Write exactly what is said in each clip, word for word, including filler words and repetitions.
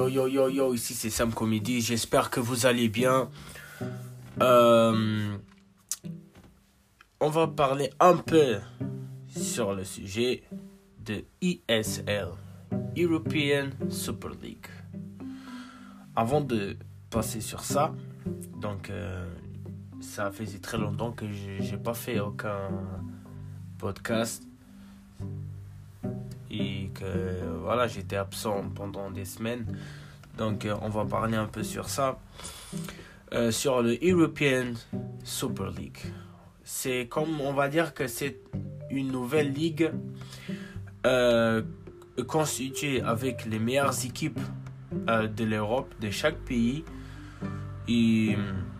yo yo yo yo, ici c'est Sam Comedy, j'espère que vous allez bien. Euh, on va parler un peu sur le sujet de E S L, European Super League. Avant de passer sur ça, donc euh, ça faisait très longtemps que je n'ai pas fait aucun podcast et que voilà, j'étais absent pendant des semaines. Donc euh, on va parler un peu sur ça, euh, sur le European Super League. C'est comme, on va dire que c'est une nouvelle ligue euh, constituée avec les meilleures équipes euh, de l'Europe, de chaque pays. Et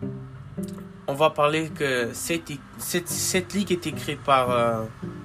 on va parler que cette, cette, cette ligue est écrite par euh,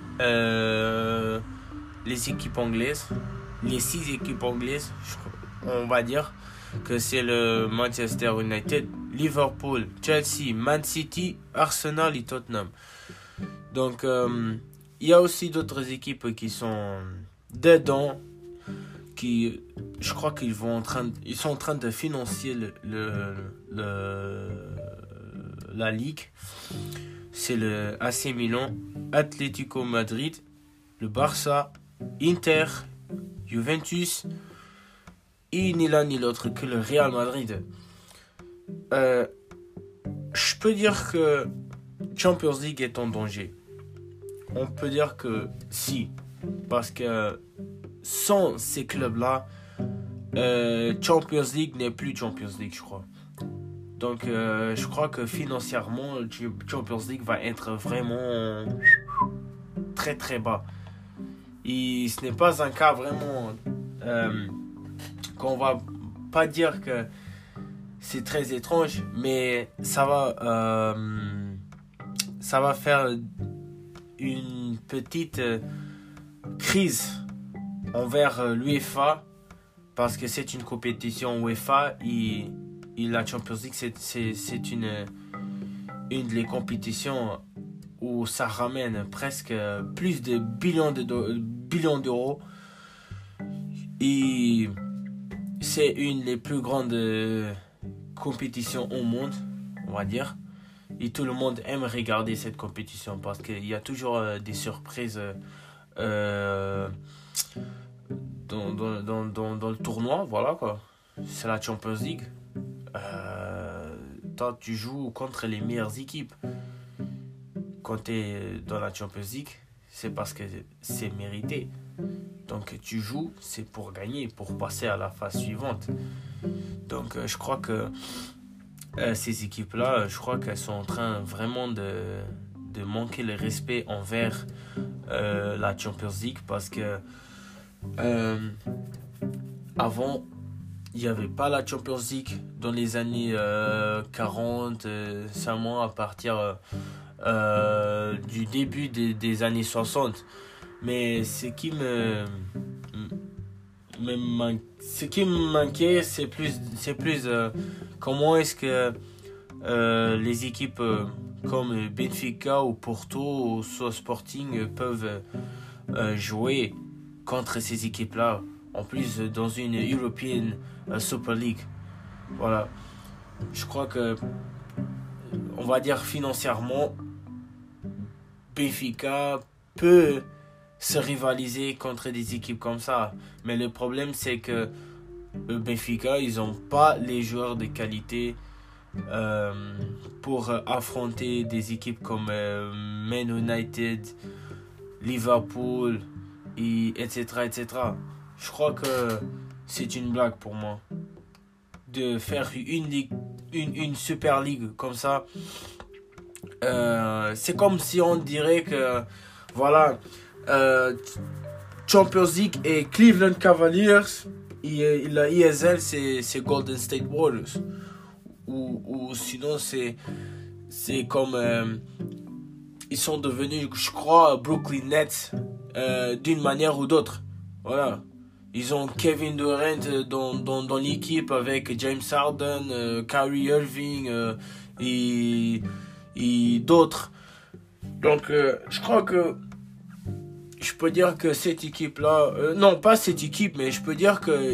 euh, les équipes anglaises, les six équipes anglaises. On va dire que c'est le Manchester United, Liverpool, Chelsea, Man City, Arsenal et Tottenham. Donc euh, il y a aussi d'autres équipes qui sont dedans, qui je crois qu'ils vont en train, ils sont en train de financer le, le, le la ligue. C'est le A C Milan, Atlético Madrid, le Barça, Inter, Juventus et ni l'un ni l'autre que le Real Madrid. Euh, je peux dire que Champions League est en danger. On peut dire que si, parce que sans ces clubs-là, euh, Champions League n'est plus Champions League, je crois. Donc, euh, je crois que financièrement, Champions League va être vraiment très très bas. Et ce n'est pas un cas vraiment euh, qu'on va pas dire que c'est très étrange, mais ça va, euh, ça va faire une petite euh, crise envers l'UEFA parce que c'est une compétition UEFA et, et la Champions League c'est, c'est, c'est une, une des compétitions où ça ramène presque plus de billions, de do- billions d'euros et c'est une des plus grandes compétitions au monde, on va dire. Et tout le monde aime regarder cette compétition parce qu'il y a toujours euh, des surprises euh, dans, dans, dans, dans, dans le tournoi. Voilà quoi. C'est la Champions League. Euh, toi, tu joues contre les meilleures équipes. Quand tu es dans la Champions League, c'est parce que c'est mérité. Donc tu joues, c'est pour gagner, pour passer à la phase suivante. Donc euh, je crois que euh, ces équipes-là, je crois qu'elles sont en train vraiment de, de manquer le respect envers euh, la Champions League parce que euh, avant, il n'y avait pas la Champions League dans les années euh, quarante, euh, seulement à partir euh, du début des, des années soixante. Mais ce qui me, me man... ce qui me manquait, c'est plus, c'est plus euh, comment est-ce que euh, les équipes euh, comme Benfica ou Porto ou soit Sporting euh, peuvent euh, jouer contre ces équipes-là. En plus, euh, dans une European euh, Super League. Voilà. Je crois que, on va dire financièrement, Benfica peut se rivaliser contre des équipes comme ça. Mais le problème, c'est que le Benfica, ils n'ont pas les joueurs de qualité euh, pour affronter des équipes comme euh, Man United, Liverpool, et etc., et cetera. Je crois que c'est une blague pour moi de faire une ligue, une, une super ligue comme ça. Euh, c'est comme si on dirait que voilà, euh, Champions League et Cleveland Cavaliers et la E S L c'est, c'est Golden State Warriors ou, ou sinon c'est, c'est comme euh, ils sont devenus, je crois, Brooklyn Nets euh, d'une manière ou d'autre. Voilà. Ils ont Kevin Durant dans, dans, dans l'équipe avec James Harden, euh, Kyrie Irving euh, et, et d'autres. Donc, euh, je crois que je peux dire que cette équipe-là... Euh, non, pas cette équipe, mais je peux dire que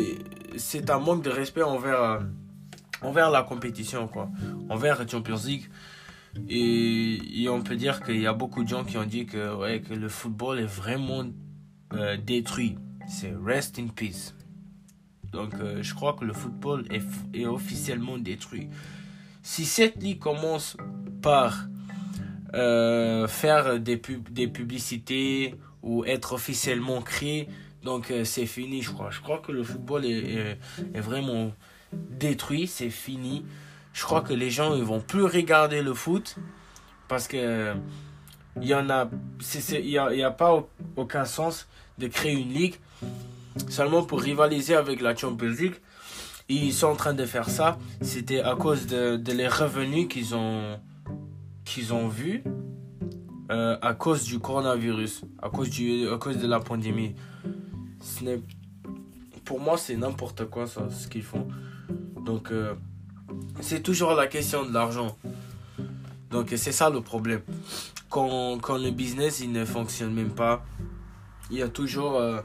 c'est un manque de respect envers, euh, envers la compétition, quoi. Envers la Champions League. Et, et on peut dire qu'il y a beaucoup de gens qui ont dit que, ouais, que le football est vraiment euh, détruit. C'est rest in peace. Donc euh, je crois que le football est, est officiellement détruit. Si cette ligue commence par euh, faire des, pub, des publicités ou être officiellement créé, donc euh, c'est fini, je crois. Je crois que le football est, est, est vraiment détruit, c'est fini. Je crois que les gens ne vont plus regarder le foot parce que il y en a, il y a, il y a pas aucun sens de créer une ligue seulement pour rivaliser avec la Champions League. Et ils sont en train de faire ça. C'était à cause de, de les revenus qu'ils ont, qu'ils ont vus euh, à cause du coronavirus, à cause, du, à cause de la pandémie. Ce n'est, pour moi, c'est n'importe quoi ça, ce qu'ils font. Donc, euh, c'est toujours la question de l'argent. Donc, c'est ça le problème. Quand, quand le business il ne fonctionne même pas, il y a toujours euh,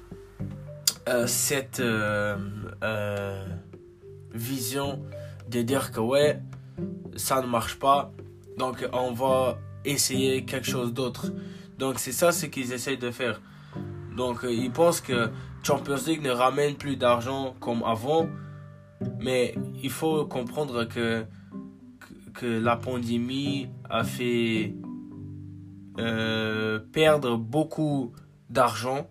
euh, cette euh, euh, vision de dire que ouais, ça ne marche pas, donc on va essayer quelque chose d'autre. Donc, c'est ça ce qu'ils essayent de faire. Donc, euh, ils pensent que Champions League ne ramène plus d'argent comme avant. Mais il faut comprendre que, que, que la pandémie a fait euh, perdre beaucoup d'argent,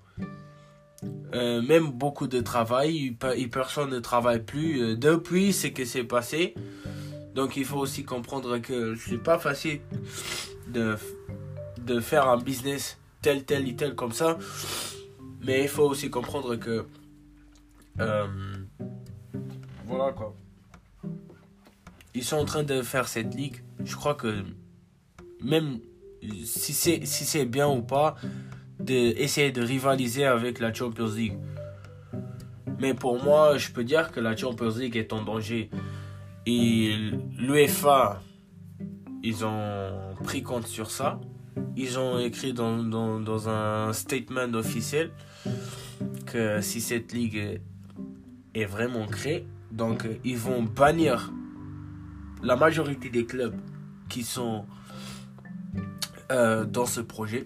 euh, même beaucoup de travail. Et personne ne travaille plus euh, depuis ce qui s'est passé. Donc il faut aussi comprendre que ce n'est pas facile de, de faire un business tel, tel et tel comme ça. Mais il faut aussi comprendre que... Euh, Voilà quoi. Ils sont en train de faire cette ligue. Je crois que même si c'est, si c'est bien ou pas, d'essayer de rivaliser avec la Champions League. Mais pour moi, je peux dire que la Champions League est en danger. Et l'UEFA, ils ont pris compte sur ça. Ils ont écrit dans, dans, dans un statement officiel que si cette ligue est vraiment créée, donc, euh, ils vont bannir la majorité des clubs qui sont euh, dans ce projet.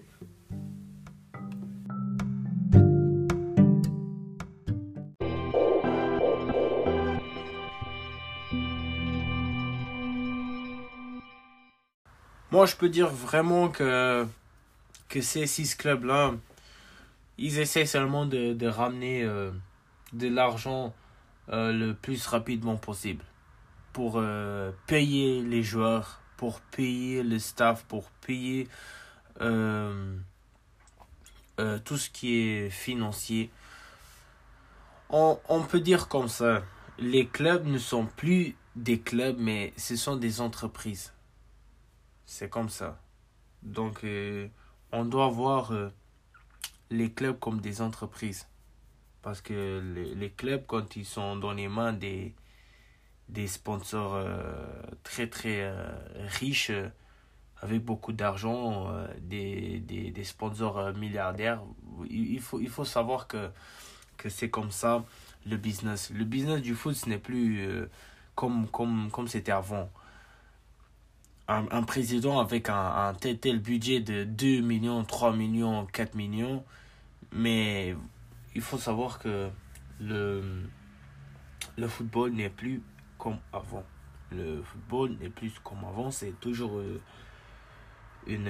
Moi, je peux dire vraiment que, que ces six clubs-là, ils essaient seulement de, de ramener euh, de l'argent Euh, le plus rapidement possible pour euh, payer les joueurs, pour payer le staff, pour payer euh, euh, tout ce qui est financier. On, on peut dire comme ça, les clubs ne sont plus des clubs, mais ce sont des entreprises. C'est comme ça. Donc, euh, on doit voir euh, les clubs comme des entreprises. Parce que les, les clubs, quand ils sont dans les mains des, des sponsors euh, très très euh, riches, euh, avec beaucoup d'argent, euh, des, des, des sponsors euh, milliardaires, il, il, faut, il faut savoir que, que c'est comme ça le business. Le business du foot, ce n'est plus euh, comme, comme, comme c'était avant. Un, un président avec un, un tel, tel budget de deux millions, trois millions, quatre millions, mais... il faut savoir que le, le football n'est plus comme avant. Le football n'est plus comme avant. C'est toujours euh, une,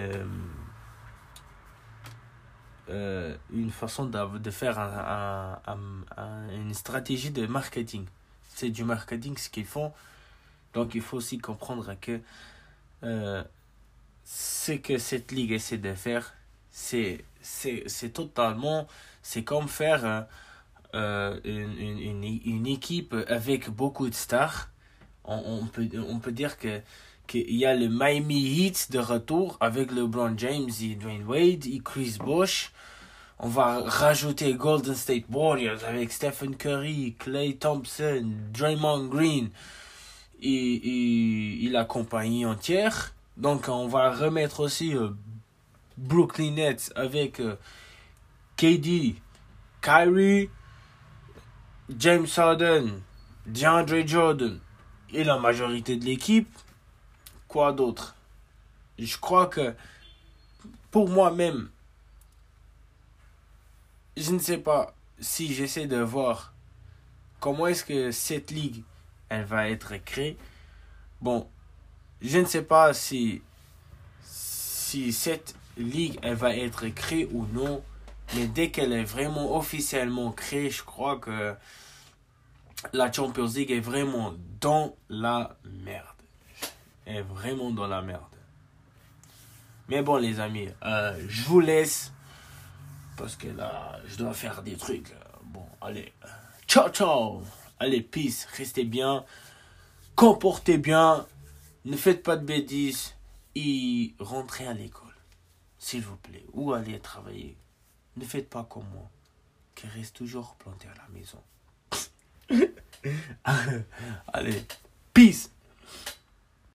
euh, une façon de, de faire un, un, un, un, une stratégie de marketing. C'est du marketing ce qu'ils font. Donc il faut aussi comprendre que euh, ce que cette ligue essaie de faire, c'est, c'est, c'est totalement... C'est comme faire euh, euh, une, une, une équipe avec beaucoup de stars. On, on, peut, on peut dire que, qu'il y a le Miami Heat de retour avec LeBron James et Dwayne Wade et Chris Bosh. On va rajouter Golden State Warriors avec Stephen Curry, Klay Thompson, Draymond Green et, et, et la compagnie entière. Donc on va remettre aussi euh, Brooklyn Nets avec... Euh, K D, Kyrie James Harden, DeAndre Jordan et la majorité de l'équipe, quoi d'autre? Je crois que pour moi-même, je ne sais pas si j'essaie de voir comment est-ce que cette ligue, elle va être créée. Bon, je ne sais pas si, si cette ligue, elle va être créée ou non. Mais dès qu'elle est vraiment officiellement créée, je crois que la Champions League est vraiment dans la merde. Elle est vraiment dans la merde. Mais bon, les amis, euh, je vous laisse. Parce que là, je dois faire des trucs. Bon, allez. Ciao, ciao. Allez, peace. Restez bien. Comportez bien. Ne faites pas de bêtises. Et rentrez à l'école. S'il vous plaît. Ou allez travailler. Ne faites pas comme moi. Qui reste toujours planté à la maison. Allez. Peace.